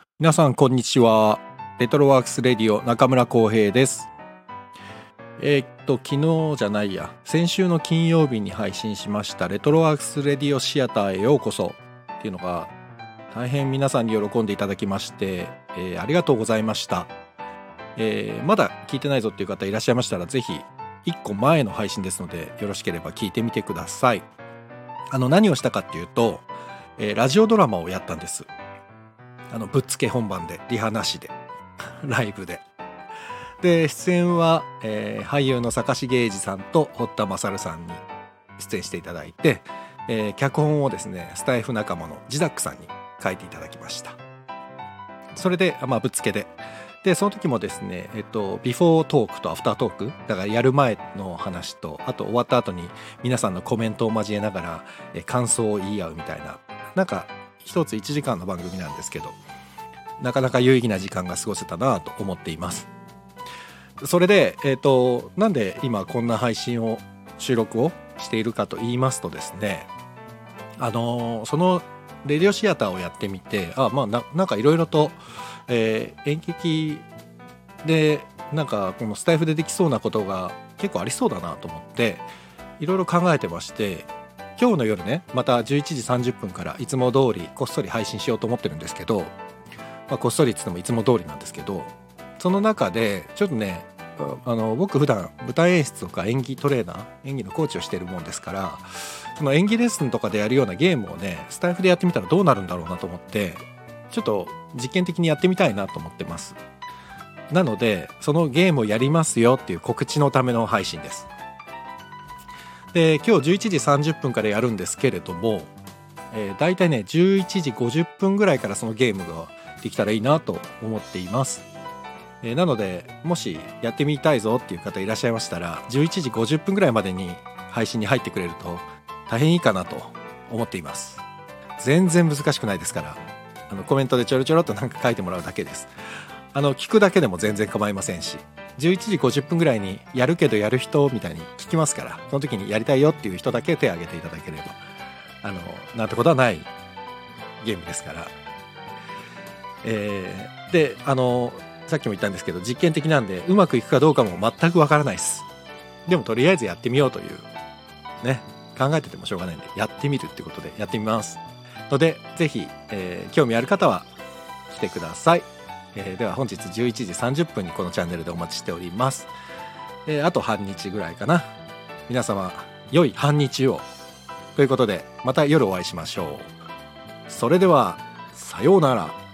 皆さんこんにちは。レトロワークスレディオ中村浩平です。昨日じゃないや、先週の金曜日に配信しましたレトロワークスレディオシアターへようこそっていうのが大変皆さんに喜んでいただきまして、ありがとうございました。まだ聞いてないぞっていう方いらっしゃいましたら、ぜひ1個前の配信ですのでよろしければ聞いてみてください。何をしたかっていうと、ラジオドラマをやったんです。ぶっつけ本番でリハなしでライブで出演は、俳優の坂重英二さんと堀田勝さんに出演していただいて、脚本をですねスタイフ仲間のジダックさんに書いていただきました。それで、ぶっつけでその時もですね、ビフォートークとアフタートークだからやる前の話と、あと終わった後に皆さんのコメントを交えながら、感想を言い合うみたいな、なんか一つ1時間の番組なんですけど、なかなか有意義な時間が過ごせたなと思っています。それで、なんで今こんな配信を収録をしているかと言いますとですね、そのレディオシアターをやってみて、なんかいろいろと、演劇でなんかこのスタイフでできそうなことが結構ありそうだなと思っていろいろ考えてまして、今日の夜ねまた11時30分からいつも通りこっそり配信しようと思ってるんですけど、こっそりっつってもいつも通りなんですけど、その中でちょっとね、僕普段舞台演出とか演技トレーナー、演技のコーチをしているもんですから、その演技レッスンとかでやるようなゲームをねスタイフでやってみたらどうなるんだろうなと思って、ちょっと実験的にやってみたいなと思ってます。なのでそのゲームをやりますよっていう告知のための配信です。で今日11時30分からやるんですけれども、だいたいね11時50分ぐらいからそのゲームができたらいいなと思っています。なのでもしやってみたいぞっていう方いらっしゃいましたら、11時50分ぐらいまでに配信に入ってくれると大変いいかなと思っています。全然難しくないですから、コメントでちょろちょろっとなんか書いてもらうだけです。聞くだけでも全然構いませんし、11時50分ぐらいにやるけどやる人みたいに聞きますから、その時にやりたいよっていう人だけ手を挙げていただければなんてことはないゲームですから、でさっきも言ったんですけど実験的なんでうまくいくかどうかも全くわからないです。でもとりあえずやってみようというね、考えててもしょうがないんでやってみるってことでやってみますので、ぜひ、興味ある方は来てください。では本日11時30分にこのチャンネルでお待ちしております。あと半日ぐらいかな。皆様良い半日をということで、また夜お会いしましょう。それではさようなら。